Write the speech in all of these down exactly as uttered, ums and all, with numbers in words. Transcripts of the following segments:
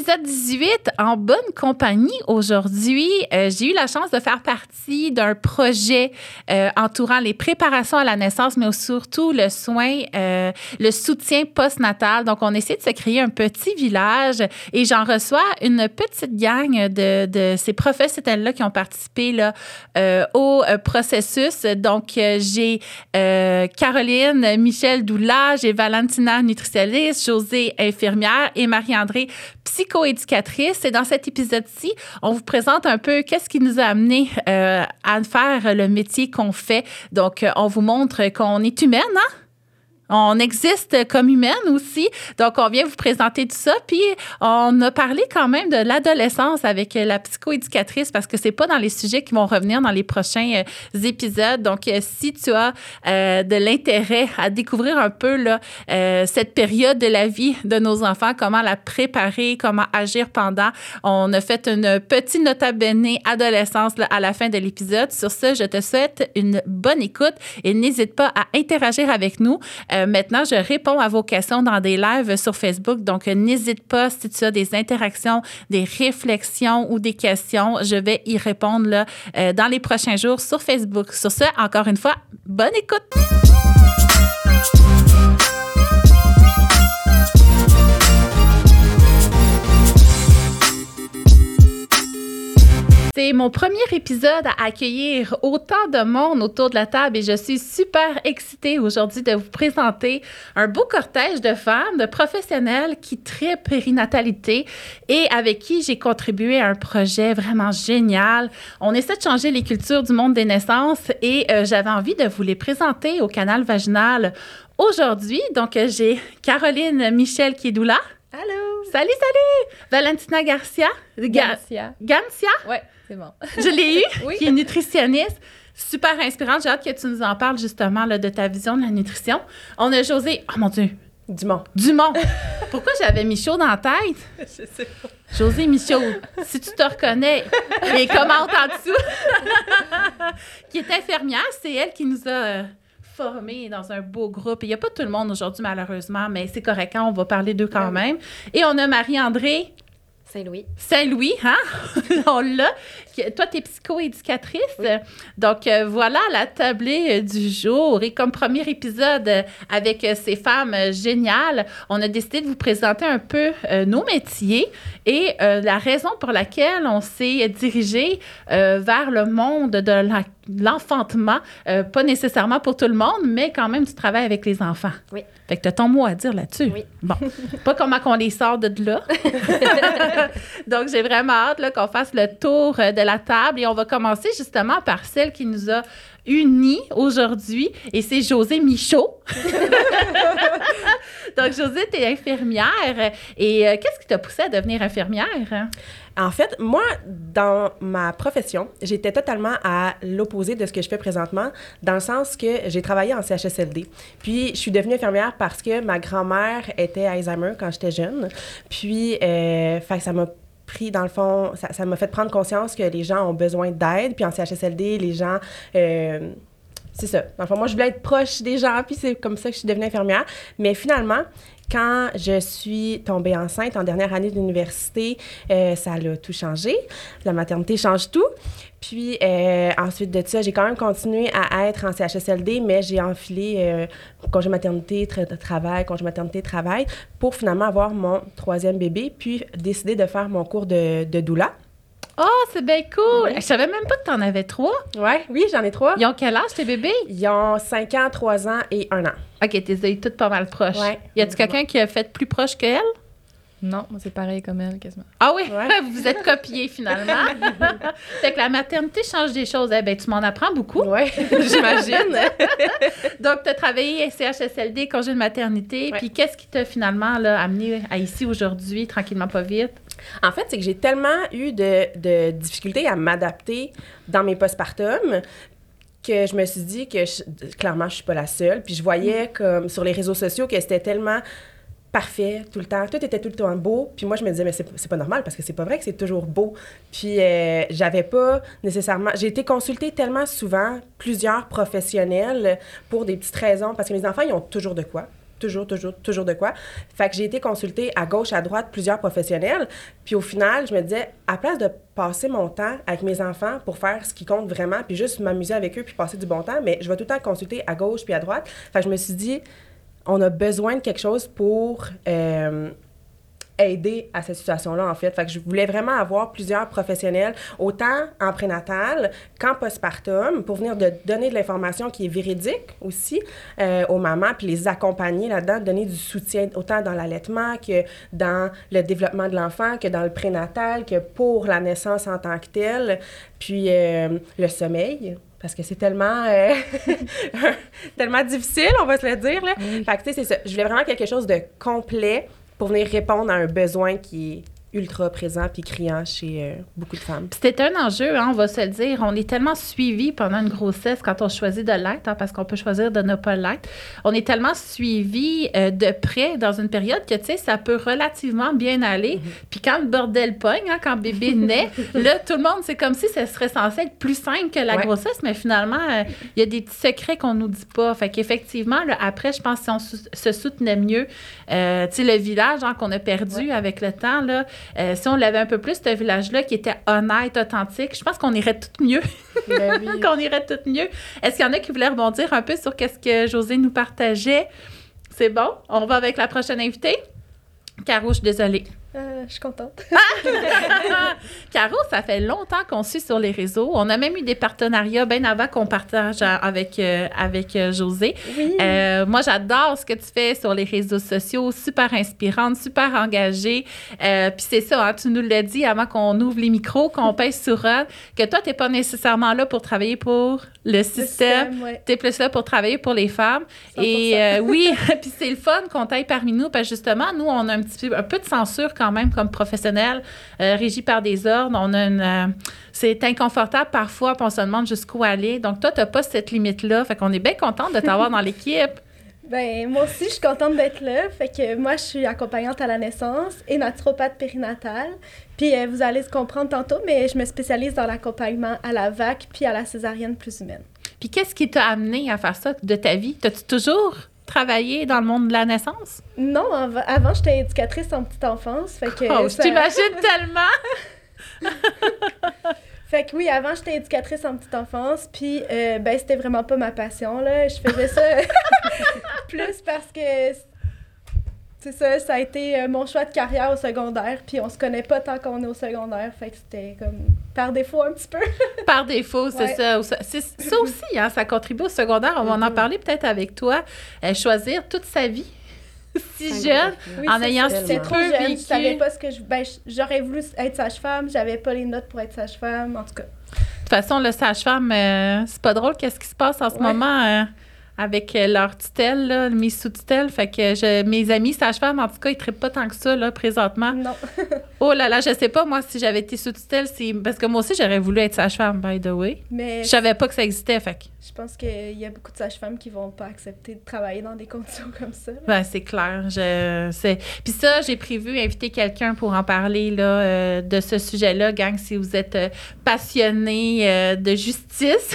épisode dix-huit, en bonne compagnie aujourd'hui. Euh, j'ai eu la chance de faire partie d'un projet euh, entourant les préparations à la naissance, mais surtout le soin, euh, le soutien postnatal. Donc, on essaie de se créer un petit village et j'en reçois une petite gang de, de ces professionnels-là qui ont participé là, euh, au euh, processus. Donc, euh, j'ai euh, Caroline Michel Doula, j'ai Valentina, nutritionniste, Josée, infirmière et Marie-André, psychoéducatrice. Et dans cet épisode-ci, on vous présente un peu qu'est-ce qui nous a amené euh, à faire le métier qu'on fait. Donc, on vous montre qu'on est humaine, hein? On existe comme humaine aussi. Donc, on vient vous présenter tout ça. Puis, on a parlé quand même de l'adolescence avec la psychoéducatrice parce que c'est pas dans les sujets qui vont revenir dans les prochains euh, épisodes. Donc, euh, si tu as euh, de l'intérêt à découvrir un peu là, euh, cette période de la vie de nos enfants, comment la préparer, comment agir pendant, on a fait une petite nota bene adolescence là, à la fin de l'épisode. Sur ce, je te souhaite une bonne écoute et n'hésite pas à interagir avec nous. Euh, Euh, maintenant, je réponds à vos questions dans des lives sur Facebook. Donc, euh, n'hésite pas si tu as des interactions, des réflexions ou des questions. Je vais y répondre là, euh, dans les prochains jours sur Facebook. Sur ce, encore une fois, bonne écoute! C'est mon premier épisode à accueillir autant de monde autour de la table et je suis super excitée aujourd'hui de vous présenter un beau cortège de femmes, de professionnels qui trippent périnatalité et avec qui j'ai contribué à un projet vraiment génial. On essaie de changer les cultures du monde des naissances et euh, j'avais envie de vous les présenter au Canal Vaginal aujourd'hui. Donc, euh, j'ai Caroline Michel qui est doula. Allô! Salut, salut! Valentina Garcia. Garcia. Garcia? Ouais, c'est bon. Je l'ai eu, Oui. qui est nutritionniste. Super inspirante. J'ai hâte que tu nous en parles justement là, de ta vision de la nutrition. On a Josée, oh mon Dieu, Dumont. Dumont. Pourquoi j'avais Michaud dans la tête? Je sais pas. Josée Michaud, si tu te reconnais, les commentaires en dessous. Qui est infirmière, c'est elle qui nous a euh, formés dans un beau groupe. Il n'y a pas tout le monde aujourd'hui, malheureusement, mais c'est correct, hein, on va parler d'eux quand Oui. même. Et on a Marie-André Saint-Louis. Saint-Louis, hein? On l'a. Toi, tu es psychoéducatrice. Oui. Donc, euh, voilà la tablée euh, du jour. Et comme premier épisode euh, avec euh, ces femmes euh, géniales, on a décidé de vous présenter un peu euh, nos métiers et euh, la raison pour laquelle on s'est dirigé euh, vers le monde de la, l'enfantement. Euh, pas nécessairement pour tout le monde, mais quand même, tu travailles avec les enfants. Oui. Fait que tu as ton mot à dire là-dessus. Oui. Bon, pas comment qu'on les sort de là. Donc, j'ai vraiment hâte là, qu'on fasse le tour euh, de la table et on va commencer justement par celle qui nous a unis aujourd'hui et c'est Josée Michaud. Donc, Josée, tu es infirmière et euh, qu'est-ce qui t'a poussée à devenir infirmière? En fait, moi, dans ma profession, j'étais totalement à l'opposé de ce que je fais présentement, dans le sens que j'ai travaillé en C H S L D. Puis, je suis devenue infirmière parce que ma grand-mère était Alzheimer quand j'étais jeune. Puis, euh, fait que ça m'a pris, dans le fond, ça, ça m'a fait prendre conscience que les gens ont besoin d'aide. Puis, en C H S L D, les gens... Euh, c'est ça. Dans le fond, moi, je voulais être proche des gens, puis c'est comme ça que je suis devenue infirmière. Mais finalement, quand je suis tombée enceinte en dernière année d'université, euh, ça a tout changé. La maternité change tout. Puis euh, ensuite de ça, j'ai quand même continué à être en C H S L D, mais j'ai enfilé euh, congé maternité, tra- travail, congé maternité, travail, pour finalement avoir mon troisième bébé, puis décider de faire mon cours de, de doula. Oh, c'est bien cool! Oui. Je savais même pas que tu en avais trois. Ouais, oui, j'en ai trois. Ils ont quel âge, tes bébés? Ils ont cinq ans, trois ans et un an. OK, t'es eu toutes pas mal proches. Ouais. Y a-tu quelqu'un qui a fait plus proche qu'elle? Non, moi, c'est pareil comme elle, quasiment. Ah oui, Ouais. vous vous êtes copiés finalement. Fait que la maternité change des choses. Eh bien, tu m'en apprends beaucoup. Oui, j'imagine. Donc, tu as travaillé C H S L D, congé de maternité. Ouais. Puis, qu'est-ce qui t'a finalement là, amené à ici aujourd'hui, tranquillement, pas vite? En fait, c'est que j'ai tellement eu de, de difficultés à m'adapter dans mes postpartum que je me suis dit que, je, clairement, je suis pas la seule. Puis je voyais comme sur les réseaux sociaux que c'était tellement parfait tout le temps. Tout était tout le temps beau. Puis moi, je me disais, mais c'est, c'est pas normal parce que c'est pas vrai que c'est toujours beau. Puis euh, j'avais pas nécessairement... J'ai été consultée tellement souvent, plusieurs professionnels, pour des petites raisons. Parce que mes enfants, ils ont toujours de quoi. toujours, toujours, toujours de quoi. Fait que j'ai été consulter à gauche, à droite, plusieurs professionnels. Puis au final, je me disais, à place de passer mon temps avec mes enfants pour faire ce qui compte vraiment, puis juste m'amuser avec eux, puis passer du bon temps, mais je vais tout le temps consulter à gauche puis à droite. Fait que je me suis dit, on a besoin de quelque chose pour euh, aider à cette situation-là, en fait. Fait que je voulais vraiment avoir plusieurs professionnels, autant en prénatal qu'en postpartum, pour venir de donner de l'information qui est véridique aussi euh, aux mamans, puis les accompagner là-dedans, donner du soutien autant dans l'allaitement que dans le développement de l'enfant, que dans le prénatal, que pour la naissance en tant que telle, puis euh, le sommeil. Parce que c'est tellement, euh, tellement difficile, on va se le dire, là. Oui. Fait que, tu sais, c'est ça. Je voulais vraiment quelque chose de complet pour venir répondre à un besoin qui est ultra présent puis criant chez euh, beaucoup de femmes. C'était un enjeu, hein, on va se le dire. On est tellement suivi pendant une grossesse quand on choisit de l'être, hein, parce qu'on peut choisir de ne pas l'être. On est tellement suivi euh, de près dans une période que, tu sais, ça peut relativement bien aller. Mm-hmm. Puis quand le bordel pogne, hein, quand bébé naît, là, tout le monde, c'est comme si ça serait censé être plus simple que la ouais. grossesse, mais finalement, il euh, y a des petits secrets qu'on nous dit pas. Fait qu'effectivement, là, après, je pense que si on sou- se soutenait mieux, euh, tu sais, le village hein, qu'on a perdu ouais. avec le temps, là, Euh, si on l'avait un peu plus, ce village-là qui était honnête, authentique, je pense qu'on irait tout mieux. Ben oui. qu'on irait tout mieux. Est-ce qu'il y en a qui voulaient rebondir un peu sur ce que Josée nous partageait? C'est bon? On va avec la prochaine invitée? Caro, je suis désolée. Euh, je suis contente. Caro, ça fait longtemps qu'on suit sur les réseaux. On a même eu des partenariats bien avant qu'on partage avec, euh, avec euh, Josée. Oui. Euh, moi, j'adore ce que tu fais sur les réseaux sociaux. Super inspirante, super engagée. Euh, Puis c'est ça, hein, tu nous l'as dit avant qu'on ouvre les micros, qu'on pèse sur elle, que toi, tu n'es pas nécessairement là pour travailler pour le système. Le système ouais. Tu es plus là pour travailler pour les femmes. cent pour cent. Et euh, oui, puis c'est le fun qu'on t'aille parmi nous, parce que justement, nous, on a un petit peu, un peu de censure quand même comme professionnels, euh, régis par des ordres. On a une, euh, c'est inconfortable parfois, puis on se demande jusqu'où aller. Donc, toi, tu n'as pas cette limite-là. Fait qu'on est bien contente de t'avoir dans l'équipe. Ben moi aussi, je suis contente d'être là. Fait que moi, je suis accompagnante à la naissance et naturopathe périnatale. Puis euh, vous allez se comprendre tantôt, mais je me spécialise dans l'accompagnement à la V A C puis à la césarienne plus humaine. Puis qu'est-ce qui t'a amené à faire ça de ta vie? T'as-tu toujours travaillé dans le monde de la naissance? Non, av- avant, j'étais éducatrice en petite enfance. Fait que oh, ça... je t'imagine tellement! Fait que oui, avant, j'étais éducatrice en petite enfance, puis euh, ben c'était vraiment pas ma passion, là. Je faisais ça plus parce que, c'est ça, ça a été mon choix de carrière au secondaire, puis on se connaît pas tant qu'on est au secondaire, fait que c'était comme par défaut un petit peu. Par défaut, c'est ouais. ça. C'est, ça aussi, hein, ça contribue au secondaire. On va mm-hmm. en parler peut-être avec toi. Euh, choisir toute sa vie. Si jeune, oui, en ayant si peu trop jeune, vécu. Je savais pas ce que je... Ben, j'aurais voulu être sage-femme, j'avais pas les notes pour être sage-femme, en tout cas. De toute façon, le sage-femme, euh, c'est pas drôle qu'est-ce qui se passe en ce ouais. moment euh, avec euh, leur tutelle, là, mes sous-tutelles. Fait que je, mes amis sages-femmes, en tout cas, ils trippent pas tant que ça, là, présentement. Non. Oh là là, je sais pas, moi, si j'avais été sous-tutelle, c'est... parce que moi aussi, j'aurais voulu être sage-femme, by the way. Mais je savais pas que ça existait, fait que... Je pense qu'il y a beaucoup de sages-femmes qui vont pas accepter de travailler dans des conditions comme ça. Ben, c'est clair. Je, c'est... Puis ça, j'ai prévu inviter quelqu'un pour en parler là, euh, de ce sujet-là, gang, si vous êtes euh, passionné euh, de justice.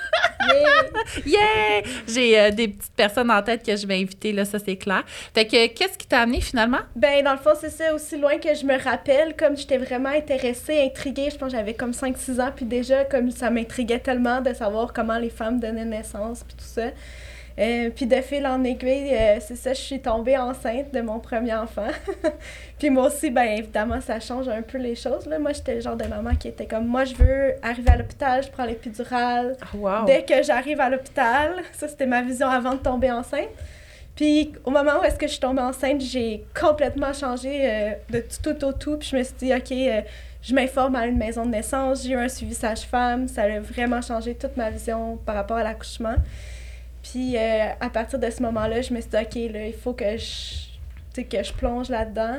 Yeah! Yeah! J'ai euh, des petites personnes en tête que je vais inviter, là, ça, c'est clair. Fait que, qu'est-ce qui t'a amené, finalement? Ben, dans le fond, c'est ça, aussi loin que je me rappelle, comme j'étais vraiment intéressée, intriguée, je pense que j'avais comme cinq six ans, puis déjà, comme ça m'intriguait tellement de savoir comment les femmes donnaient naissance, puis tout ça. Euh, puis de fil en aiguille, euh, c'est ça, je suis tombée enceinte de mon premier enfant. Puis moi aussi, ben évidemment, ça change un peu les choses, là. Moi, j'étais le genre de maman qui était comme, moi, je veux arriver à l'hôpital, je prends l'épidurale. Oh, wow. Dès que j'arrive à l'hôpital, ça, c'était ma vision avant de tomber enceinte. Puis au moment où est-ce que je suis tombée enceinte, j'ai complètement changé euh, de tout, tout au tout. Puis je me suis dit, OK, euh, je m'informe à une maison de naissance, j'ai eu un suivi sage-femme. Ça a vraiment changé toute ma vision par rapport à l'accouchement. Puis euh, à partir de ce moment-là, je me suis dit, OK, là, il faut que je, que je plonge là-dedans.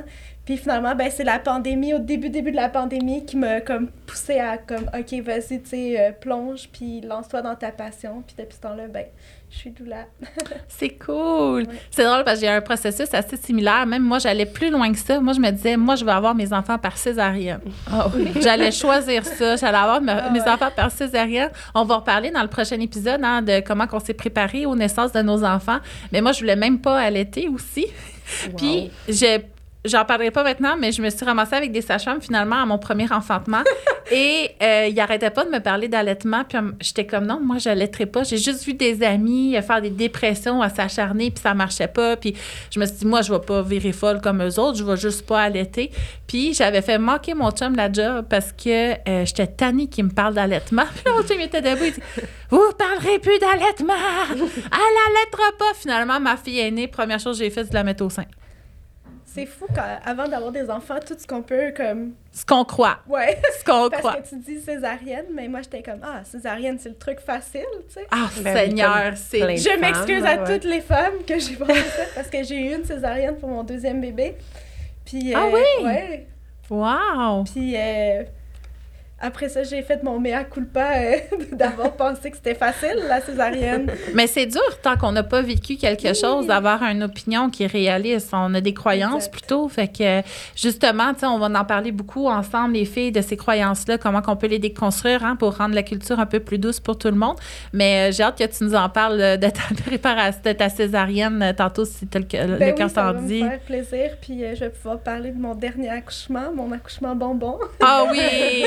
Puis finalement, ben c'est la pandémie, au début, début de la pandémie, qui m'a comme poussée à comme, OK, vas-y, tu sais, euh, plonge, puis lance-toi dans ta passion. Puis depuis ce temps-là, ben je suis doula. C'est cool. Ouais. C'est drôle parce que j'ai un processus assez similaire. Même moi, j'allais plus loin que ça. Moi, je me disais, moi, je vais avoir mes enfants par césarienne. Ah oui. J'allais choisir ça. J'allais avoir me- Ah mes ouais. enfants par césarienne. On va reparler dans le prochain épisode hein, de comment on s'est préparé aux naissances de nos enfants. Mais moi, je voulais même pas allaiter aussi. Puis, j'ai j'en parlerai pas maintenant, mais je me suis ramassée avec des sages-femmes finalement à mon premier enfantement. Et euh, ils n'arrêtaient pas de me parler d'allaitement. Puis um, j'étais comme non, moi, j'allaiterai pas. J'ai juste vu des amis euh, faire des dépressions, à s'acharner, puis ça marchait pas. Puis je me suis dit, moi, je vais pas virer folle comme eux autres, je vais juste pas allaiter. Puis j'avais fait manquer mon chum la job parce que euh, j'étais tannée qu'il me parle d'allaitement. Puis mon chum était debout, il dit vous parlerez plus d'allaitement! Elle allaitera pas! Finalement, ma fille aînée, première chose que j'ai fait, c'est de la mettre au sein. C'est fou qu'avant d'avoir des enfants, tout ce qu'on peut comme... Ce qu'on croit. Ouais, Ce qu'on parce croit. que tu dis césarienne, mais moi j'étais comme, ah, césarienne, c'est le truc facile, tu sais. Ah, Ben oui, Seigneur, comme c'est... plein. Je femmes, m'excuse à ouais. toutes les femmes que j'ai pensé ça, parce que j'ai eu une césarienne pour mon deuxième bébé. Puis, Ah euh, oui? Ouais. Wow! Puis euh, après ça, j'ai fait mon mea culpa euh, d'avoir pensé que c'était facile, la césarienne. Mais c'est dur, tant qu'on n'a pas vécu quelque Oui. chose, d'avoir une opinion qui est réaliste. On a des croyances Exact. plutôt. Fait que, justement, tu sais, on va en parler beaucoup ensemble, les filles, de ces croyances-là, comment on peut les déconstruire hein, pour rendre la culture un peu plus douce pour tout le monde. Mais euh, j'ai hâte que tu nous en parles euh, de ta préparation, de ta césarienne, euh, tantôt, si t'as le, le Ben cœur oui, ça t'en va me dit. faire plaisir. Puis euh, je vais pouvoir parler de mon dernier accouchement, mon accouchement bonbon. Ah oui!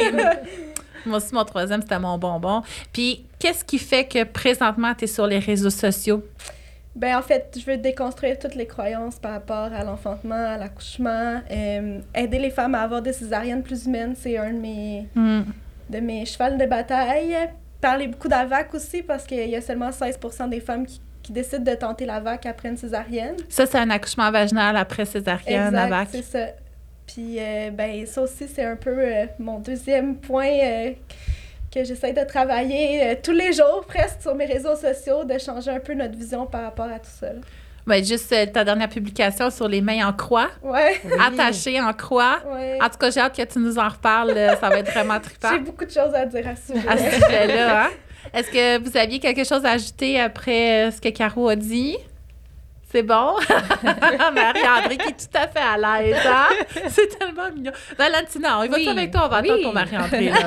Moi aussi, mon troisième, c'était mon bonbon. Puis, qu'est-ce qui fait que présentement, tu es sur les réseaux sociaux? Ben en fait, je veux déconstruire toutes les croyances par rapport à l'enfantement, à l'accouchement. Euh, aider les femmes à avoir des césariennes plus humaines, c'est un de mes, Hmm. de mes chevals de bataille. Parler beaucoup de la V A C aussi, parce qu'il y a seulement seize pour cent des femmes qui, qui décident de tenter la V A C après une césarienne. Ça, c'est un accouchement vaginal après césarienne, Exact, AVAC. c'est ça. Puis, euh, ben, ça aussi, c'est un peu euh, mon deuxième point euh, que j'essaie de travailler euh, tous les jours, presque, sur mes réseaux sociaux, de changer un peu notre vision par rapport à tout ça. là. Ben, juste euh, ta dernière publication sur les mains en croix, Ouais, attachées en croix. ouais. En tout cas, j'ai hâte que tu nous en reparles. euh, Ça va être vraiment trippant J'ai beaucoup de choses à dire à ce sujet. à ce sujet-là. Hein? Est-ce que vous aviez quelque chose à ajouter après euh, ce que Caro a dit? C'est bon? Marie-André qui est tout à fait à l'aise, hein? C'est tellement mignon. Valentina, on y va Oui. avec toi? On va Oui. attendre ton Marie-André, là.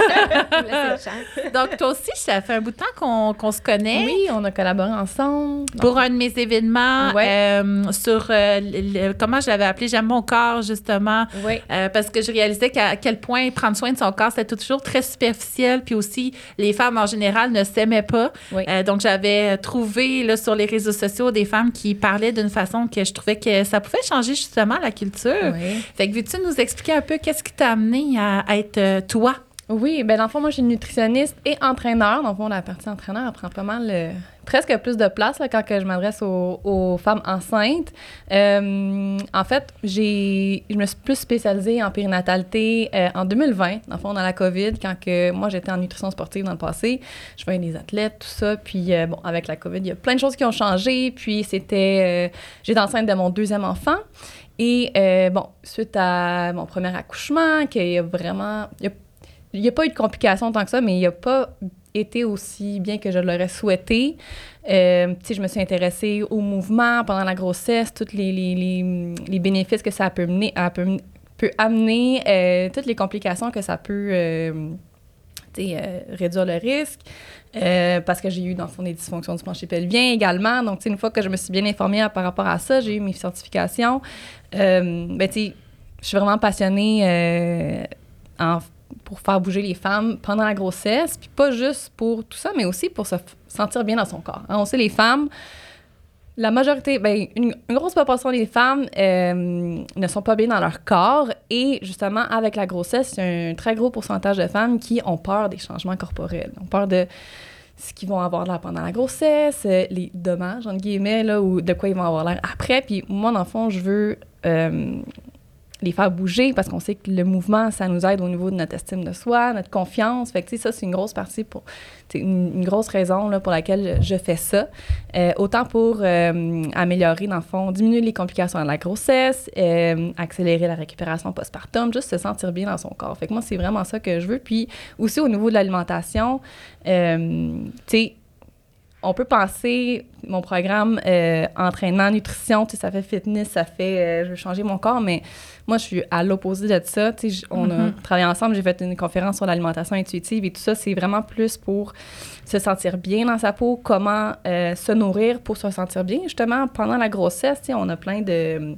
Donc, toi aussi, ça fait un bout de temps qu'on qu'on se connaît. Oui, on a collaboré ensemble. Pour un de mes événements Ouais. euh, sur euh, le- le- comment je l'avais appelé, j'aime mon corps, justement, Oui. euh, parce que je réalisais qu'à à quel point prendre soin de son corps, c'était toujours très superficiel, puis aussi, les femmes en général ne s'aimaient pas. Oui. Euh, donc, j'avais trouvé là, sur les réseaux sociaux des femmes qui parlaient d'une façon que je trouvais que ça pouvait changer justement la culture. Oui. Fait que veux-tu nous expliquer un peu qu'est-ce qui t'a amené à, à être euh, toi? Oui, ben dans le fond, moi, je suis nutritionniste et entraîneur. Dans le fond, la partie entraîneur, elle prend pas mal, euh, presque plus de place là, quand que je m'adresse aux, aux femmes enceintes. Euh, en fait, j'ai, je me suis plus spécialisée en périnatalité euh, en deux mille vingt, dans le fond, dans la COVID, quand que moi, j'étais en nutrition sportive dans le passé. Je voyais des athlètes, tout ça. Puis, euh, bon, avec la COVID, il y a plein de choses qui ont changé. Puis, c'était... Euh, j'étais enceinte de mon deuxième enfant. Et, euh, bon, suite à mon premier accouchement, qu'il y a vraiment... Il y a Il n'y a pas eu de complications tant que ça, mais il n'a pas été aussi bien que je l'aurais souhaité. Euh, tu sais, je me suis intéressée au mouvement pendant la grossesse, tous les, les, les, les bénéfices que ça peut, mener, à, peut, peut amener, euh, toutes les complications que ça peut euh, tu sais, euh, réduire le risque. Euh, parce que j'ai eu, dans le fond, des dysfonctions du plancher pelvien également. Donc, tu sais, une fois que je me suis bien informée à, par rapport à ça, j'ai eu mes certifications. Euh, ben, tu sais, je suis vraiment passionnée euh, en pour faire bouger les femmes pendant la grossesse, puis pas juste pour tout ça, mais aussi pour se f- sentir bien dans son corps. Hein, on sait, les femmes, la majorité, ben, une, une grosse proportion des femmes euh, ne sont pas bien dans leur corps, et justement, avec la grossesse, il y a un très gros pourcentage de femmes qui ont peur des changements corporels, ont peur de ce qu'ils vont avoir l'air pendant la grossesse, euh, les dommages, entre guillemets, là, ou de quoi ils vont avoir l'air après. Puis moi, dans le fond, je veux... Euh, les faire bouger parce qu'on sait que le mouvement, ça nous aide au niveau de notre estime de soi, notre confiance. Fait que, tu sais, ça, c'est une grosse partie pour... C'est une, une grosse raison là, pour laquelle je, je fais ça. Euh, autant pour euh, améliorer, dans le fond, diminuer les complications de la grossesse, euh, accélérer la récupération postpartum, juste se sentir bien dans son corps. Fait que moi, c'est vraiment ça que je veux. Puis aussi, au niveau de l'alimentation, euh, tu sais, on peut penser, mon programme euh, entraînement, nutrition, tu sais, ça fait fitness, ça fait euh, je veux changer mon corps, mais moi, je suis à l'opposé de ça. Tu sais, on a mm-hmm. travaillé ensemble, j'ai fait une conférence sur l'alimentation intuitive et tout ça, c'est vraiment plus pour se sentir bien dans sa peau, comment euh, se nourrir pour se sentir bien. Justement, pendant la grossesse, tu sais, on a plein de...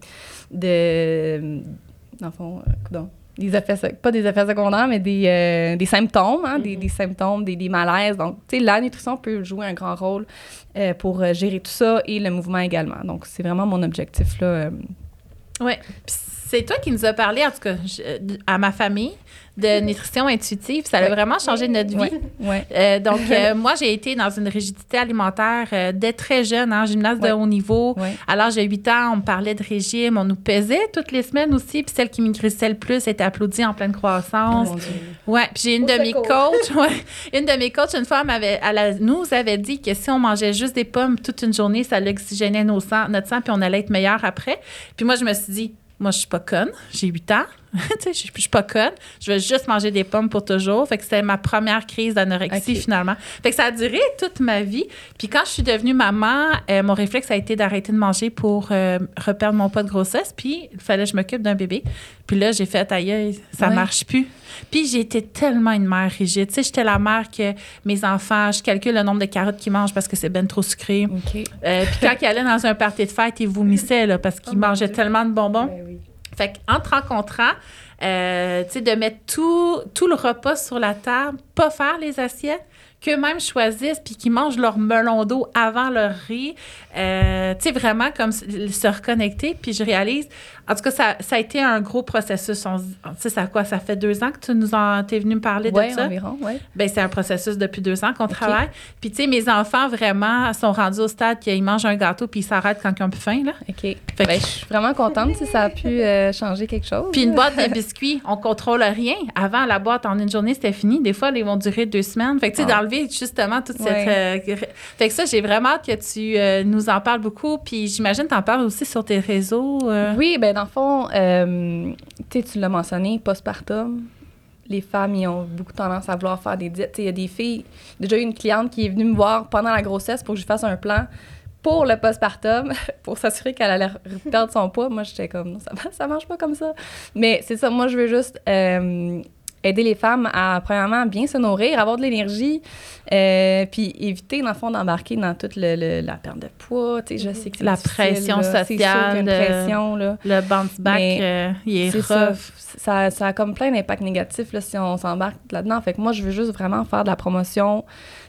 de dans le fond, euh, coudonc. Des effets, pas des effets secondaires, mais des, euh, des symptômes, hein, mm-hmm. des, des symptômes, des, des malaises. Donc, tu sais, la nutrition peut jouer un grand rôle euh, pour euh, gérer tout ça et le mouvement également. Donc, c'est vraiment mon objectif, là. Euh. Oui. Puis c'est toi qui nous as parlé, en tout cas, je, à ma famille, de nutrition intuitive. Ça a ouais. vraiment changé notre vie. Ouais. Ouais. Euh, donc, euh, moi, j'ai été dans une rigidité alimentaire euh, dès très jeune, hein, gymnaste ouais. de haut niveau. Ouais. À l'âge de huit ans, on me parlait de régime. On nous pesait toutes les semaines aussi. Puis celle qui maigrissait le plus était applaudie en pleine croissance. Oh, ouais. Puis j'ai une Au de mes coachs, ouais, une de mes coachs, une fois, elle, m'avait, elle a, nous avait dit que si on mangeait juste des pommes toute une journée, ça oxygénait nos sang, notre sang, puis on allait être meilleur après. Puis moi, je me suis dit, moi, je suis pas conne. J'ai huit ans. Tu sais, je, je suis pas conne. Je veux juste manger des pommes pour toujours. Fait que c'était ma première crise d'anorexie, okay. finalement. Fait que ça a duré toute ma vie. Puis quand je suis devenue maman, euh, mon réflexe a été d'arrêter de manger pour euh, reperdre mon poids de grossesse. Puis il fallait que je m'occupe d'un bébé. Puis là, j'ai fait, aïe, ça ouais. marche plus. Puis j'ai été tellement une mère rigide. Tu sais, j'étais la mère que mes enfants, je calcule le nombre de carottes qu'ils mangent parce que c'est ben trop sucré. Okay. Euh, puis quand ils allaient dans un party de fête, ils vomissaient là, parce qu'ils oh mangeaient tellement de bonbons. Ben oui. Fait qu'en te rencontrant, euh, tu sais, de mettre tout, tout le repas sur la table, pas faire les assiettes, qu'eux-mêmes choisissent puis qu'ils mangent leur melon d'eau avant leur riz. Euh, tu sais, vraiment comme se reconnecter. Puis je réalise, en tout cas, ça, ça a été un gros processus. Tu sais, ça quoi? Ça fait deux ans que tu nous en, t'es venu me parler ouais, de ça? Oui, environ, oui. Bien, c'est un processus depuis deux ans qu'on okay. travaille. Puis, tu sais, mes enfants, vraiment, sont rendus au stade qu'ils mangent un gâteau puis ils s'arrêtent quand ils ont plus faim, là. OK. Fait que, ben, je suis vraiment contente si ça a pu euh, changer quelque chose. Puis une boîte de biscuits, on contrôle rien. Avant, la boîte, en une journée, c'était fini. Des fois, ils vont durer deux semaines. Fait que, tu sais, ah. d'enlever justement toute cette... Ouais. Euh, fait que ça, j'ai vraiment hâte que tu euh, nous en parles beaucoup. Puis j'imagine que tu en parles aussi sur tes réseaux. Euh. Oui, bien, dans le fond, euh, tu sais, tu l'as mentionné, postpartum. Les femmes, ils ont beaucoup tendance à vouloir faire des diètes. Il y a des filles... J'ai déjà eu une cliente qui est venue me voir pendant la grossesse pour que je fasse un plan pour le postpartum, pour s'assurer qu'elle allait perdre son poids. Moi, j'étais comme, non, ça, ça marche pas comme ça. Mais c'est ça, moi, je veux juste... Euh, aider les femmes à, premièrement, bien se nourrir, avoir de l'énergie, euh, puis éviter, dans le fond, d'embarquer dans toute le, le, la perte de poids. Tu sais, je sais que c'est la pression là, sociale, c'est sûr pression, là. Le bounce back, euh, il est, est rough. Ça, ça, ça a comme plein d'impacts négatifs là, si on s'embarque là-dedans. Fait que moi, je veux juste vraiment faire de la promotion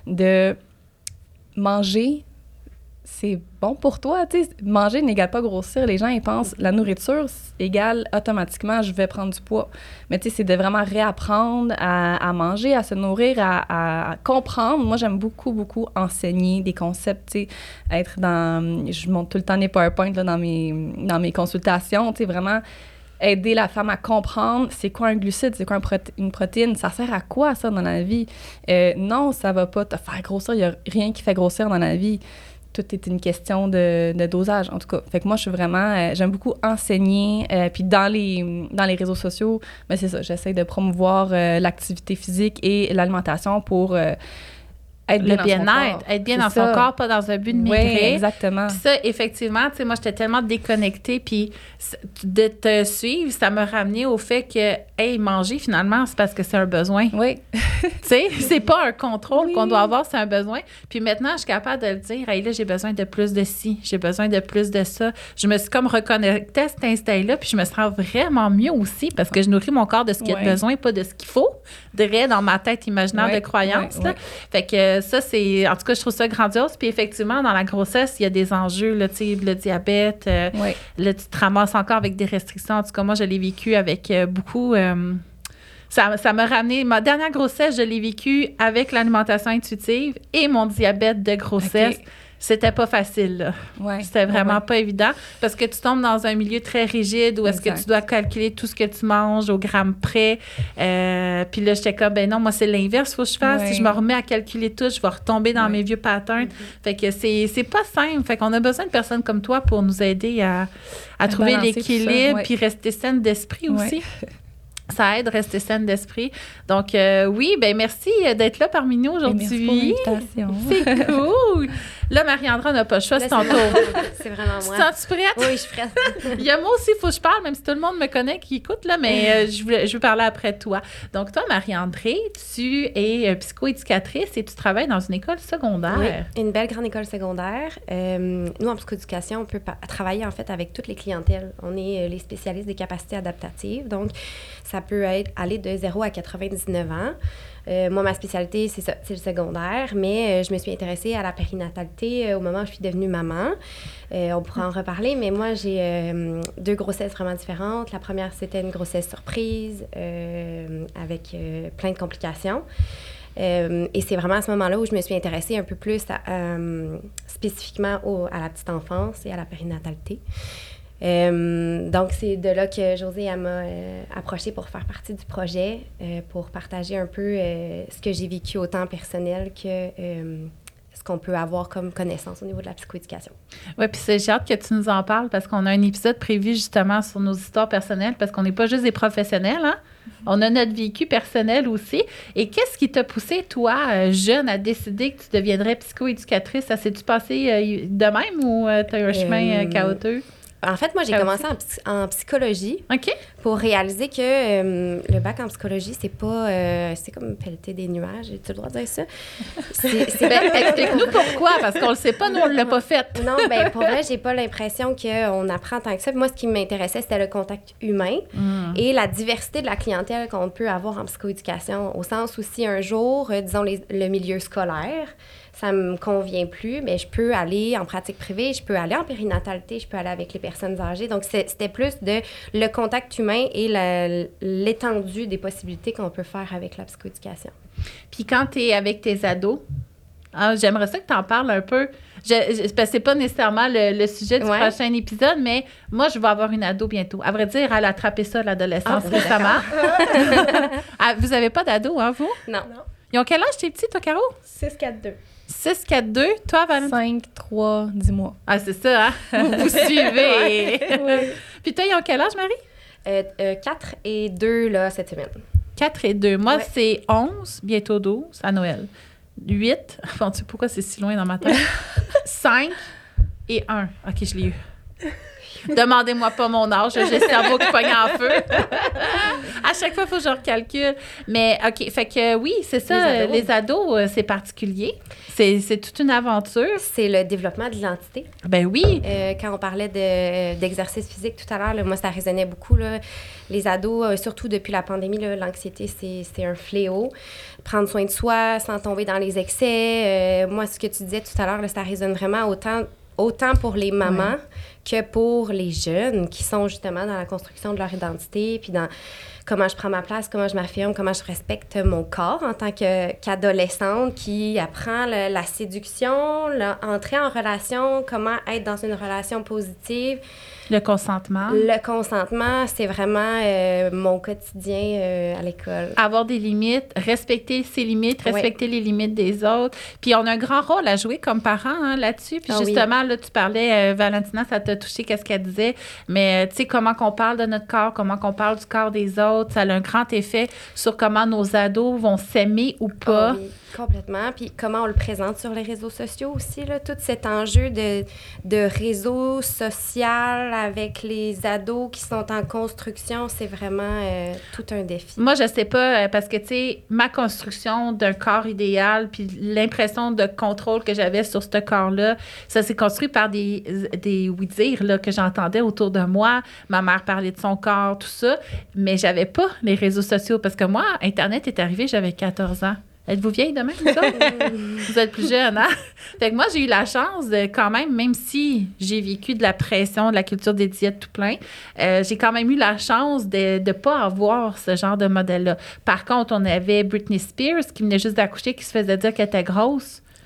de manger. C'est bon pour toi, tu sais. Manger n'égale pas grossir. Les gens, ils pensent la nourriture égale automatiquement je vais prendre du poids. Mais tu sais, c'est de vraiment réapprendre à, à manger, à se nourrir, à, à comprendre. Moi, j'aime beaucoup, beaucoup enseigner des concepts, tu sais, être dans... Je montre tout le temps des PowerPoint là, dans, mes, dans mes consultations, tu sais, vraiment aider la femme à comprendre c'est quoi un glucide, c'est quoi un proté- une protéine, ça sert à quoi ça dans la vie? Euh, non, ça va pas te faire grossir, il y a rien qui fait grossir dans la vie. Tout est une question de, de dosage, en tout cas. Fait que moi, je suis vraiment... Euh, j'aime beaucoup enseigner. Euh, puis dans les, dans les réseaux sociaux, ben c'est ça, j'essaie de promouvoir euh, l'activité physique et l'alimentation pour... Euh, être bien le bien-être, être bien c'est dans ça. Son corps, pas dans un but de maigrir. Oui, exactement. Puis ça, effectivement, tu sais, moi, j'étais tellement déconnectée, puis de te suivre, ça m'a ramené au fait que, hey, manger, finalement, c'est parce que c'est un besoin. Oui. Tu sais, c'est pas un contrôle oui. qu'on doit avoir, c'est un besoin. Puis maintenant, je suis capable de le dire, hey, là, j'ai besoin de plus de ci, j'ai besoin de plus de ça. Je me suis comme reconnectée à cet instinct-là, puis je me sens vraiment mieux aussi, parce que je nourris mon corps de ce qu'il oui. a besoin, pas de ce qu'il faut, de dans ma tête imaginaire oui. de croyance. Oui. Là. Oui. Fait que ça, c'est... En tout cas, je trouve ça grandiose. Puis effectivement, dans la grossesse, il y a des enjeux, là, tu sais, le diabète. Euh, oui. Là, tu te ramasses encore avec des restrictions. En tout cas, moi, je l'ai vécu avec euh, beaucoup... Euh, ça, ça m'a ramené... Ma dernière grossesse, je l'ai vécue avec l'alimentation intuitive et mon diabète de grossesse. Okay. C'était pas facile, là. Ouais. C'était vraiment Ouais. pas évident parce que tu tombes dans un milieu très rigide où est-ce que Exact. tu dois calculer tout ce que tu manges au gramme près. Euh, puis là, j'étais comme, ben non, moi, c'est l'inverse, faut que je fasse. Ouais. Si je me remets à calculer tout, je vais retomber dans Ouais. mes vieux patterns. Fait que c'est, c'est pas simple. Fait qu'on a besoin de personnes comme toi pour nous aider à, à, À trouver balancer tout l'équilibre ça, ouais. puis rester saine d'esprit Ouais. aussi. Ça aide à rester saine d'esprit. Donc, euh, oui, ben merci d'être là parmi nous Et merci pour aujourd'hui. l'invitation. C'est cool. Là, Marie-André, on n'a pas le choix, c'est ton Là, tour. moi. C'est vraiment Tu moi. te sens-tu prête? Oui, je suis prête. Il y a moi aussi, il faut que je parle, même si tout le monde me connaît, qui écoute, là, mais euh, je, veux, je veux parler après toi. Donc, toi, Marie-André, tu es euh, psychoéducatrice et tu travailles dans une école secondaire. Oui, une belle grande école secondaire. Euh, nous, en psychoéducation, on peut pa- travailler en fait avec toutes les clientèles. On est euh, les spécialistes des capacités adaptatives. Donc, ça peut être aller de zéro à quatre-vingt-dix-neuf ans. Euh, moi, ma spécialité, c'est ça, c'est le secondaire, mais euh, je me suis intéressée à la périnatalité euh, au moment où je suis devenue maman. Euh, on pourra en reparler, mais moi, j'ai euh, deux grossesses vraiment différentes. La première, c'était une grossesse surprise euh, avec euh, plein de complications. Euh, et c'est vraiment à ce moment-là où je me suis intéressée un peu plus à, euh, spécifiquement au, à la petite enfance et à la périnatalité. Euh, donc, c'est de là que Josée elle m'a euh, approchée pour faire partie du projet, euh, pour partager un peu euh, ce que j'ai vécu autant personnel que euh, ce qu'on peut avoir comme connaissance au niveau de la psychoéducation. Oui, puis c'est j'ai hâte que tu nous en parles parce qu'on a un épisode prévu justement sur nos histoires personnelles parce qu'on n'est pas juste des professionnels, hein? On a notre vécu personnel aussi. Et qu'est-ce qui t'a poussé, toi, euh, jeune, à décider que tu deviendrais psychoéducatrice? Ça s'est-tu passé euh, de même ou euh, tu as eu un chemin euh, Euh, chaotique? En fait, moi, j'ai Ah, commencé en, psy- en psychologie OK. pour réaliser que euh, le bac en psychologie, c'est pas... euh, c'est comme pelleter des nuages. J'ai-tu le droit de dire ça? C'est, c'est Ben, explique-nous pourquoi, parce qu'on le sait pas, nous, on ne l'a pas fait. Non, ben pour vrai, j'ai pas l'impression qu'on apprend tant que ça. Puis moi, ce qui m'intéressait, c'était le contact humain Mm. et la diversité de la clientèle qu'on peut avoir en psychoéducation. Au sens où si un jour, euh, disons, les- le milieu scolaire, ça me convient plus, mais je peux aller en pratique privée, je peux aller en périnatalité, je peux aller avec les personnes âgées. Donc, c'est- c'était plus de le contact humain et la- l'étendue des possibilités qu'on peut faire avec la psychoéducation. Puis quand tu es avec tes ados, ah, j'aimerais ça que tu en parles un peu. Je, je, parce que c'est pas nécessairement le, le sujet du Ouais. prochain épisode, mais moi, je vais avoir une ado bientôt. À vrai dire, elle a attrapé ça, l'adolescence, Ah, récemment. Ah, vous avez pas d'ado, hein, vous? Non. Non. Ils ont quel âge, tes petits, toi, Caro? six quatre deux. six, quatre, deux. Toi, Valentin? cinq, trois, dix mois. Ah, c'est ça, hein? Vous vous suivez. Ouais. Puis toi, ils ont quel âge, Marie? Euh, euh, quatre et deux, là, cette semaine. quatre et deux. Moi, Ouais. c'est onze, bientôt douze, à Noël. huit. Enfin, tu sais pourquoi c'est si loin dans ma tête? cinq et un. OK, je l'ai eu. Demandez-moi pas mon âge, j'ai le cerveau qui pogne en feu. À chaque fois, il faut que je recalcule. Mais OK, fait que oui, c'est ça, Les ados. les ados, euh, c'est particulier. C'est, c'est toute une aventure. C'est le développement de l'identité. Ben oui. Euh, quand on parlait de, d'exercice physique tout à l'heure, là, moi, ça résonnait beaucoup. Là. Les ados, euh, surtout depuis la pandémie, là, l'anxiété, c'est, c'est un fléau. Prendre soin de soi sans tomber dans les excès. Euh, moi, ce que tu disais tout à l'heure, là, ça résonne vraiment autant, autant pour les mamans que pour les jeunes qui sont justement dans la construction de leur identité, puis dans comment je prends ma place, comment je m'affirme, comment je respecte mon corps en tant que, qu'adolescente qui apprend le- la séduction, l'entrée en relation, comment être dans une relation positive. Le consentement. Le consentement, c'est vraiment euh, mon quotidien euh, à l'école. Avoir des limites, respecter ses limites, Oui. respecter les limites des autres. Puis on a un grand rôle à jouer comme parents hein, là-dessus. Puis Ah oui. justement, là, tu parlais, euh, Valentina, ça t'a touché, qu'est-ce qu'elle disait. Mais euh, tu sais, comment qu'on parle de notre corps, comment qu'on parle du corps des autres, ça a un grand effet sur comment nos ados vont s'aimer ou pas. Ah oui, complètement. Puis comment on le présente sur les réseaux sociaux aussi, là, tout cet enjeu de, de réseau social avec les ados qui sont en construction, c'est vraiment euh, tout un défi. Moi, je sais pas, euh, parce que, tu sais, ma construction d'un corps idéal, puis l'impression de contrôle que j'avais sur ce corps-là, ça s'est construit par des, des oui-dire là, que j'entendais autour de moi. Ma mère parlait de son corps, tout ça, mais j'avais pas les réseaux sociaux, parce que moi, Internet est arrivé, j'avais quatorze ans. Êtes-vous vieille de même, vous autres? Vous êtes plus jeune, hein? Fait que moi, j'ai eu la chance de quand même, même si j'ai vécu de la pression, de la culture des diètes tout plein, euh, j'ai quand même eu la chance de ne pas avoir ce genre de modèle-là. Par contre, on avait Britney Spears qui venait juste d'accoucher, qui se faisait dire qu'elle était grosse.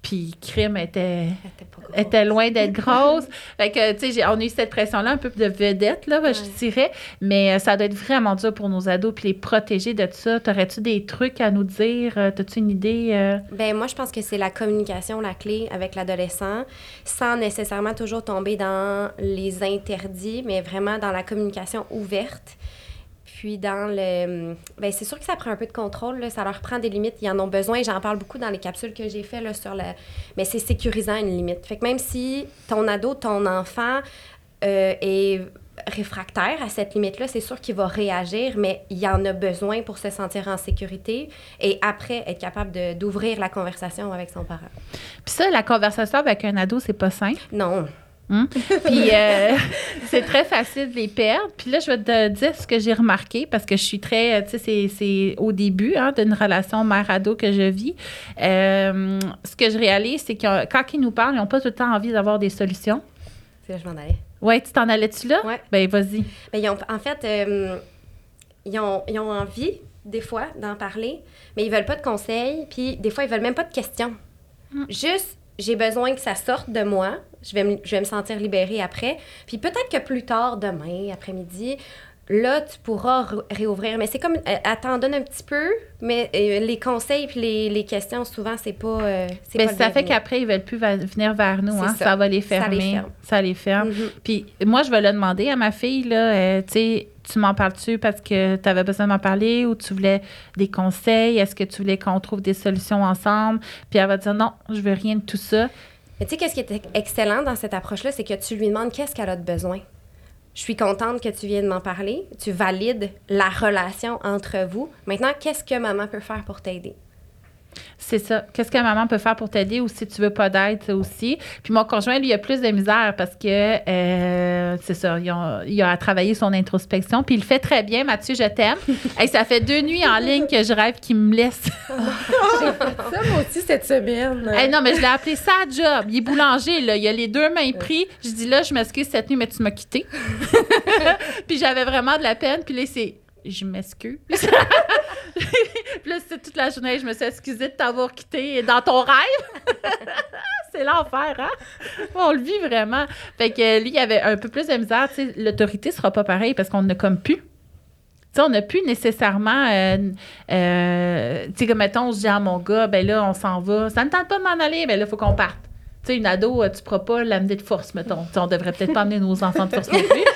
Puis crime était, était, pas grosse. était loin d'être grosse. Fait que, tu sais, on a eu cette pression-là, un peu de vedette, là, ouais. je dirais. Mais ça doit être vraiment dur pour nos ados, puis les protéger de ça. T'aurais-tu des trucs à nous dire? T'as-tu une idée? Euh... Ben moi, je pense que c'est la communication, la clé avec l'adolescent, sans nécessairement toujours tomber dans les interdits, mais vraiment dans la communication ouverte. Puis dans le... Bien, c'est sûr que ça prend un peu de contrôle, là. Ça leur prend des limites. Ils en ont besoin. J'en parle beaucoup dans les capsules que j'ai faites, là, sur le... Mais c'est sécurisant, une limite. Fait que même si ton ado, ton enfant euh, est réfractaire à cette limite-là, c'est sûr qu'il va réagir, mais il en a besoin pour se sentir en sécurité et après, être capable de, d'ouvrir la conversation avec son parent. Puis ça, la conversation avec un ado, c'est pas simple? Non. Hum? Puis euh, c'est très facile de les perdre. Puis là, je vais te dire ce que j'ai remarqué parce que je suis très, tu sais, c'est, c'est au début hein, d'une relation mère-ado que je vis. Euh, ce que je réalise, c'est que quand ils nous parlent, ils n'ont pas tout le temps envie d'avoir des solutions. C'est là que je m'en allais. Oui, tu t'en allais-tu là? Oui. Bien, vas-y. Bien, ils ont, en fait, euh, ils, ont, ils ont envie, des fois, d'en parler, mais ils veulent pas de conseils, puis des fois, ils veulent même pas de questions. Hum. Juste, j'ai besoin que ça sorte de moi. Je vais, me, je vais me sentir libérée après. Puis peut-être que plus tard, demain, après-midi, là, tu pourras réouvrir. Mais c'est comme, euh, elle t'en donne un petit peu, mais euh, les conseils puis les, les questions, souvent, c'est pas... Euh, c'est bien, pas ça fait qu'après, ils veulent plus va- venir vers nous. Hein? Ça. ça va les fermer. Ça les ferme. Ça les ferme. Mm-hmm. Puis moi, je vais le demander à ma fille, là, euh, tu sais, tu m'en parles-tu parce que tu avais besoin de m'en parler ou tu voulais des conseils? Est-ce que tu voulais qu'on trouve des solutions ensemble? Puis elle va dire non, je veux rien de tout ça. Mais tu sais, qu'est-ce qui est excellent dans cette approche-là, c'est que tu lui demandes qu'est-ce qu'elle a de besoin. Je suis contente que tu viennes m'en parler. Tu valides la relation entre vous. Maintenant, qu'est-ce que maman peut faire pour t'aider? C'est ça. Qu'est-ce que maman peut faire pour t'aider ou si tu veux pas d'aide, ça aussi. Puis mon conjoint, lui, il a plus de misère parce que, euh, c'est ça, il a, il a travaillé son introspection. Puis il le fait très bien. Mathieu, je t'aime. Hey, ça fait deux nuits en ligne que je rêve qu'il me laisse. J'ai fait ça, moi aussi, cette semaine. Hey, non, mais je l'ai appelé ça job. Il est boulanger, là. Il a les deux mains prises. Je dis là, je m'excuse cette nuit, mais tu m'as quitté. Puis j'avais vraiment de la peine. Puis là, c'est... Je m'excuse. Puis là, c'est toute la journée, je me suis excusée de t'avoir quitté dans ton rêve. C'est l'enfer, hein? On le vit vraiment. Fait que lui, il avait un peu plus de misère. Tu sais, l'autorité sera pas pareille parce qu'on n'a comme plus. Tu sais, on n'a plus nécessairement... Euh, euh, tu sais, comme mettons, je dis à mon gars, ben là, on s'en va. Ça ne tente pas de m'en aller, ben là, il faut qu'on parte. Tu sais, une ado, tu ne pourras pas l'amener de force, mettons. T'sais, on devrait peut-être pas amener nos enfants de force non plus.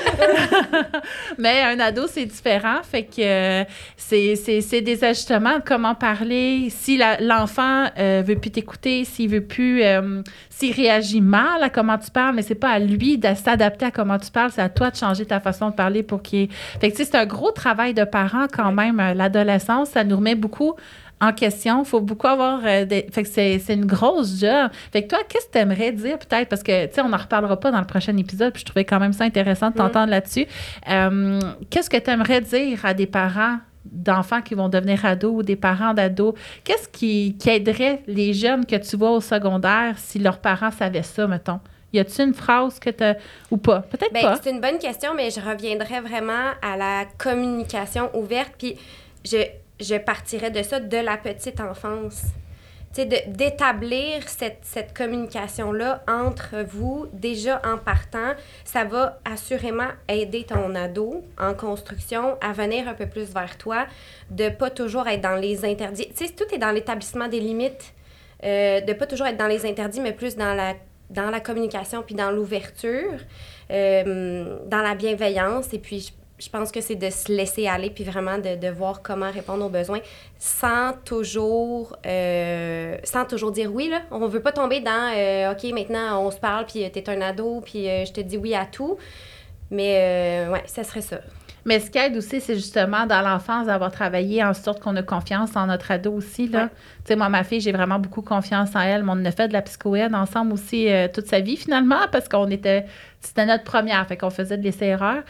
Mais un ado, c'est différent. Fait que euh, c'est, c'est, c'est des ajustements. Comment parler. Si la, l'enfant euh, veut plus t'écouter, s'il veut plus... Euh, s'il réagit mal à comment tu parles, mais c'est pas à lui de s'adapter à comment tu parles, c'est à toi de changer ta façon de parler pour qu'il y ait... Fait que, tu sais, c'est un gros travail de parents quand même. Euh, l'adolescence, ça nous remet beaucoup... en question. Il faut beaucoup avoir... Euh, des... Fait que c'est, c'est une grosse job. Fait que toi, qu'est-ce que tu aimerais dire peut-être? Parce que, tu sais, on n'en reparlera pas dans le prochain épisode, puis je trouvais quand même ça intéressant de t'entendre mmh. là-dessus. Euh, qu'est-ce que tu aimerais dire à des parents d'enfants qui vont devenir ados ou des parents d'ados? Qu'est-ce qui, qui aiderait les jeunes que tu vois au secondaire si leurs parents savaient ça, mettons? Y a-t-il une phrase que tu as... ou pas? Peut-être Bien, pas. C'est une bonne question, mais je reviendrai vraiment à la communication ouverte, puis je... je partirais de ça, de la petite enfance. Tu sais, de, d'établir cette, cette communication-là entre vous, déjà en partant, ça va assurément aider ton ado en construction à venir un peu plus vers toi, de pas toujours être dans les interdits. Tu sais, tout est dans l'établissement des limites, euh, de pas toujours être dans les interdits, mais plus dans la, dans la communication puis dans l'ouverture, euh, dans la bienveillance, et puis je Je pense que c'est de se laisser aller puis vraiment de, de voir comment répondre aux besoins sans toujours, euh, sans toujours dire oui, là. On ne veut pas tomber dans euh, « OK, maintenant, on se parle, puis t'es un ado, puis euh, je te dis oui à tout. » Mais, euh, ouais, ça serait ça. Mais ce qui aide aussi, c'est justement dans l'enfance d'avoir travaillé en sorte qu'on a confiance en notre ado aussi, là. Ouais. Tu sais, moi, ma fille, j'ai vraiment beaucoup confiance en elle. Mais on a fait de la psycho-aide ensemble aussi euh, toute sa vie, finalement, parce qu'on était... c'était notre première, fait qu'on faisait de l'essai-erreur.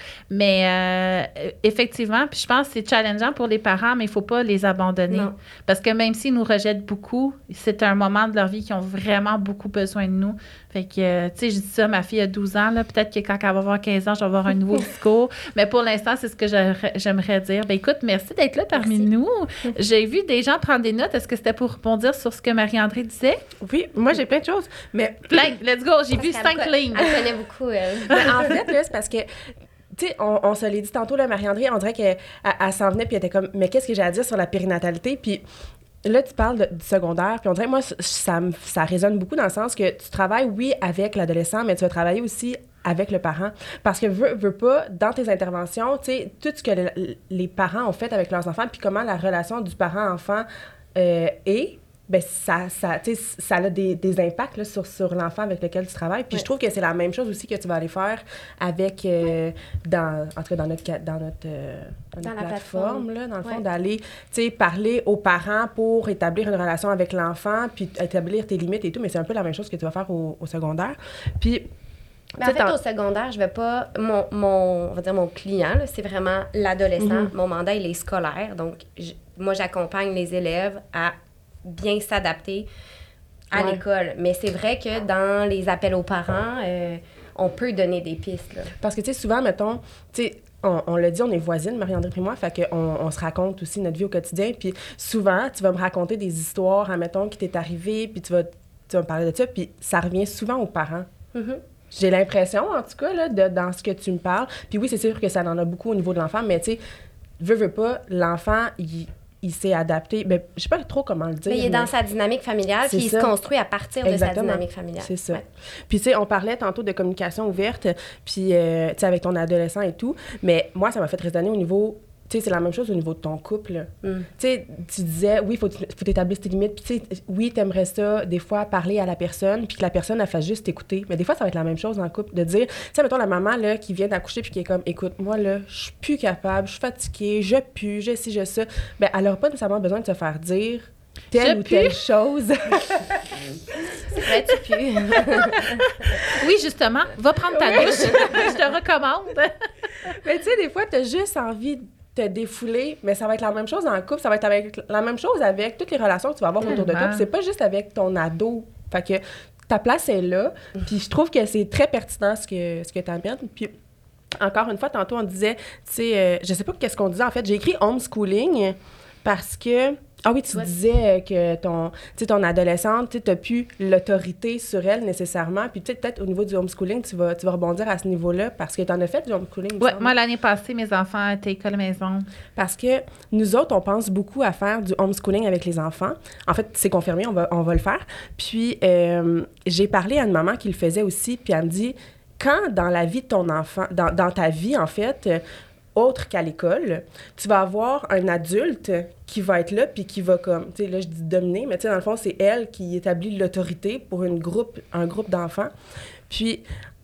Mais euh, effectivement, puis je pense que c'est challengeant pour les parents, mais il ne faut pas les abandonner. Non. Parce que même s'ils nous rejettent beaucoup, c'est un moment de leur vie qui ont vraiment beaucoup besoin de nous. Fait que, euh, tu sais, je dis ça, ma fille a douze ans, là, peut-être que quand elle va avoir quinze ans, je vais avoir un nouveau discours. Mais pour l'instant, c'est ce que j'aimerais, j'aimerais dire. Ben écoute, merci d'être là parmi Merci. nous. J'ai vu des gens prendre des notes. Est-ce que c'était pour rebondir sur ce que Marie-André disait? Oui, moi, j'ai plein de choses. Mais Plein, let's go. J'ai Parce vu qu'elle cinq co- lignes. Elle connaît beaucoup, elle. Mais en fait, là, c'est parce que, tu sais, on, on se l'est dit tantôt, là, Marie-André, on dirait qu'elle elle, elle s'en venait, puis elle était comme, mais qu'est-ce que j'ai à dire sur la périnatalité? Puis là, tu parles de- du secondaire, puis on dirait que moi, ça, me- ça résonne beaucoup dans le sens que tu travailles, oui, avec l'adolescent, mais tu vas travailler aussi avec le parent. Parce que veux, veux pas, dans tes interventions, tu sais, tout ce que le- les parents ont fait avec leurs enfants, puis comment la relation du parent-enfant euh, est, ben ça, ça, tu sais, ça a des, des impacts là, sur, sur l'enfant avec lequel tu travailles. Puis Ouais. je trouve que c'est la même chose aussi que tu vas aller faire avec, euh, dans, en tout cas, dans notre, ca- dans notre, euh, dans Dans notre la plateforme, plateforme. là, dans le fond, Ouais. d'aller, tu sais, parler aux parents pour établir une relation avec l'enfant, puis établir tes limites et tout, mais c'est un peu la même chose que tu vas faire au, au secondaire. Puis, Mais tu en sais, fait, t'en- au secondaire, je vais pas. Mon, mon, on va dire mon client, là, c'est vraiment l'adolescent. Mhm. Mon mandat, il est scolaire. Donc, je- moi, j'accompagne les élèves à bien s'adapter à Ouais. l'école. Mais c'est vrai que dans les appels aux parents, euh, on peut donner des pistes. Là. Parce que, tu sais, souvent, mettons, tu sais, on, on l'a dit, on est voisines, Marie-André et moi, fait qu'on on se raconte aussi notre vie au quotidien. Puis souvent, tu vas me raconter des histoires, admettons, qui t'est arrivé, puis tu vas, tu vas me parler de ça, puis ça revient souvent aux parents. Mhm. J'ai l'impression, en tout cas, là, de, dans ce que tu me parles. Puis oui, c'est sûr que ça en a beaucoup au niveau de l'enfant, mais tu sais, veux, veux pas, l'enfant, il, il s'est adapté. Ben, je sais pas trop comment le dire. Mais il est mais- dans sa dynamique familiale, C'est puis il ça. se construit à partir de Exactement. sa dynamique familiale. C'est ça. Ouais. Puis, tu sais, on parlait tantôt de communication ouverte, puis, euh, tu sais, avec ton adolescent et tout, mais moi, ça m'a fait résonner au niveau, tu sais, c'est la même chose au niveau de ton couple. là. Mm. Tu sais, tu disais, oui, il faut que tu établisses tes limites, puis, tu sais, oui, t'aimerais ça, des fois, parler à la personne, puis que la personne, elle fasse juste t'écouter. Mais des fois, ça va être la même chose dans le couple, de dire, tu sais, mettons, la maman, là, qui vient d'accoucher, puis qui est comme, écoute, moi, là, je suis plus capable, je suis fatiguée, je pue, je ci, je ça. Ben, elle n'aura pas nécessairement besoin de se faire dire telle Je ou pue. telle chose. C'est vrai, tu pues. Oui, justement, va prendre ta douche. Je te recommande. Mais tu sais, des fois, t'as juste envie de te défouler, mais ça va être la même chose dans le couple, ça va être avec la même chose avec toutes les relations que tu vas avoir autour de toi. Tellement. Puis c'est pas juste avec ton ado. Fait que ta place est là. Puis je trouve que c'est très pertinent ce que, ce que tu amènes. Puis encore une fois, tantôt, on disait, tu sais, euh, je sais pas qu'est-ce qu'on disait en fait. J'ai écrit homeschooling parce que. Ah oui, tu Ouais. disais que ton, tu sais, ton adolescente, tu n'as plus l'autorité sur elle nécessairement. Puis tu sais, peut-être au niveau du homeschooling, tu vas, tu vas rebondir à ce niveau-là parce que tu en as fait du homeschooling. il me Ouais, semble. moi, l'année passée, mes enfants étaient école maison. Parce que nous autres, on pense beaucoup à faire du homeschooling avec les enfants. En fait, c'est confirmé, on va, on va le faire. Puis, euh, j'ai parlé à une maman qui le faisait aussi, puis elle me dit, quand dans la vie de ton enfant, dans, dans ta vie, en fait, euh, autre qu'à l'école, tu vas avoir un adulte qui va être là, puis qui va comme, tu sais, là, je dis dominer, mais tu sais, dans le fond, c'est elle qui établit l'autorité pour une groupe, un groupe d'enfants. Puis,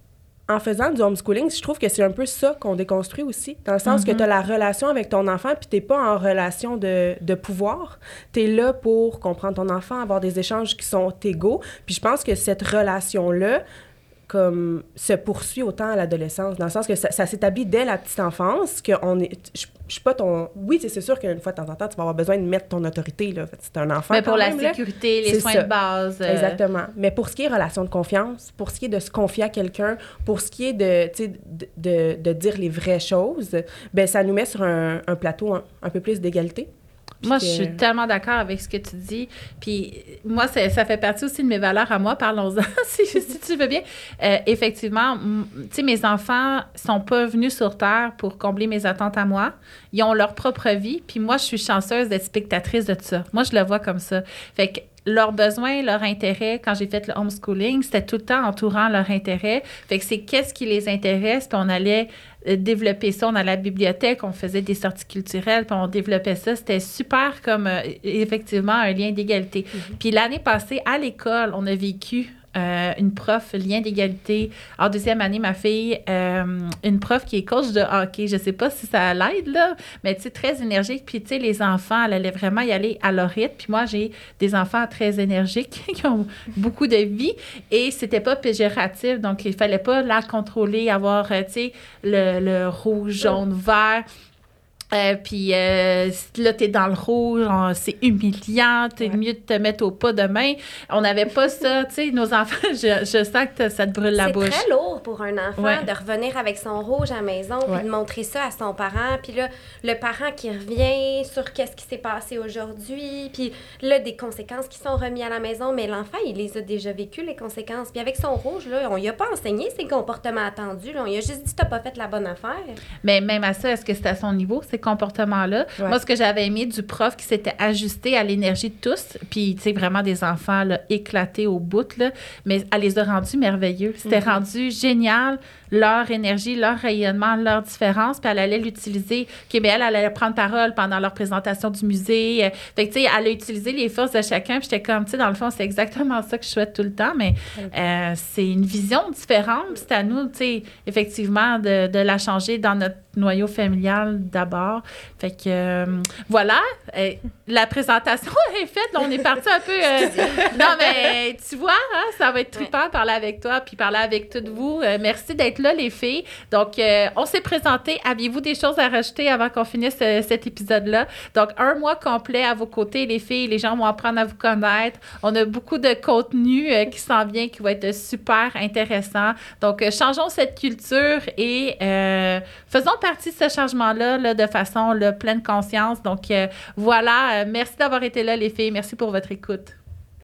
en faisant du homeschooling, je trouve que c'est un peu ça qu'on déconstruit aussi, dans le sens que tu as la relation avec ton enfant, puis tu n'es pas en relation de, de pouvoir. Tu es là pour comprendre ton enfant, avoir des échanges qui sont égaux. Puis je pense que cette relation-là, comme, se poursuit autant à l'adolescence, dans le sens que ça, ça s'établit dès la petite enfance, que on est... Je, je suis pas ton... Oui, c'est c'est sûr qu'une fois de temps en temps, tu vas avoir besoin de mettre ton autorité, là. Fait que c'est un enfant Mais pour quand la même, là. sécurité, les C'est soins ça. de base. euh, Exactement. Mais pour ce qui est relation de confiance, pour ce qui est de se confier à quelqu'un, pour ce qui est de, tu sais, de, de, de dire les vraies choses, ben ça nous met sur un, un plateau un, un peu plus d'égalité. Puis Moi, que- je suis tellement d'accord avec ce que tu dis. Puis moi, c'est- ça fait partie aussi de mes valeurs à moi. Parlons-en, si, si tu veux bien. Euh, effectivement, m- tu sais, mes enfants sont pas venus sur Terre pour combler mes attentes à moi. Ils ont leur propre vie. Puis moi, je suis chanceuse d'être spectatrice de tout ça. Moi, je le vois comme ça. Fait que leurs besoins, leur intérêt, quand j'ai fait le homeschooling, c'était tout le temps entourant leur intérêt. Fait que c'est qu'est-ce qui les intéresse, puis on allait euh, développer ça. On allait à la bibliothèque, on faisait des sorties culturelles, puis on développait ça. C'était super comme, euh, effectivement, un lien d'égalité. Puis l'année passée, à l'école, on a vécu euh, une prof, lien d'égalité. En deuxième année, ma fille, euh, une prof qui est coach de hockey. Je sais pas si ça l'aide, là, mais tu sais, très énergique. Puis, tu sais, les enfants, elle allait vraiment y aller à leur rythme. Puis moi, j'ai des enfants très énergiques qui ont beaucoup de vie et c'était pas péjoratif. Donc, il fallait pas la contrôler, avoir, tu sais, le, le rouge, jaune, vert. Euh, puis euh, là, t'es dans le rouge, on- c'est humiliant, t'es Ouais. mieux de te mettre au pas demain. On n'avait pas ça, tu sais, nos enfants, je, je sens que ça te brûle la C'est bouche. très lourd pour un enfant Ouais. de revenir avec son rouge à la maison Ouais. puis de montrer ça à son parent. Puis là, le parent qui revient sur qu'est-ce qui s'est passé aujourd'hui. Puis là, des conséquences qui sont remises à la maison. Mais l'enfant, il les a déjà vécues, les conséquences. Puis avec son rouge, là, on lui a pas enseigné ses comportements attendus. Là. On lui a juste dit, t'as pas fait la bonne affaire. Mais même à ça, est-ce que c'est à son niveau, ces comportements-là? Ouais. Moi, ce que j'avais aimé du prof qui s'était ajusté à l'énergie de tous, puis, tu sais, vraiment des enfants là, éclatés au bout, là, mais elle les a rendus merveilleux. C'était Mm-hmm. rendu génial, leur énergie, leur rayonnement, leur différence, puis elle allait l'utiliser. OK, mais elle, elle allait prendre parole pendant leur présentation du musée. Euh, Fait que, tu sais, elle a utilisé les forces de chacun, puis j'étais comme, tu sais, dans le fond, c'est exactement ça que je souhaite tout le temps, mais euh, c'est une vision différente, puis c'est à nous, tu sais, effectivement, de, de la changer dans notre noyau familial d'abord. Fait que, euh, voilà, euh, la présentation est faite. Là, on est parti un peu... euh, non, mais tu vois, hein, ça va être trippant de parler avec toi puis parler avec toutes vous. Euh, merci d'être là, les filles. Donc, euh, on s'est présenté. Aviez-vous des choses à rajouter avant qu'on finisse euh, cet épisode-là? Donc, un mois complet à vos côtés, les filles. Les gens vont apprendre à vous connaître. On a beaucoup de contenu euh, qui s'en vient, qui va être super intéressant. Donc, euh, changeons cette culture et euh, faisons partie de ce changement-là là, de façon là, pleine conscience. Donc, euh, voilà. Euh, merci d'avoir été là, les filles. Merci pour votre écoute.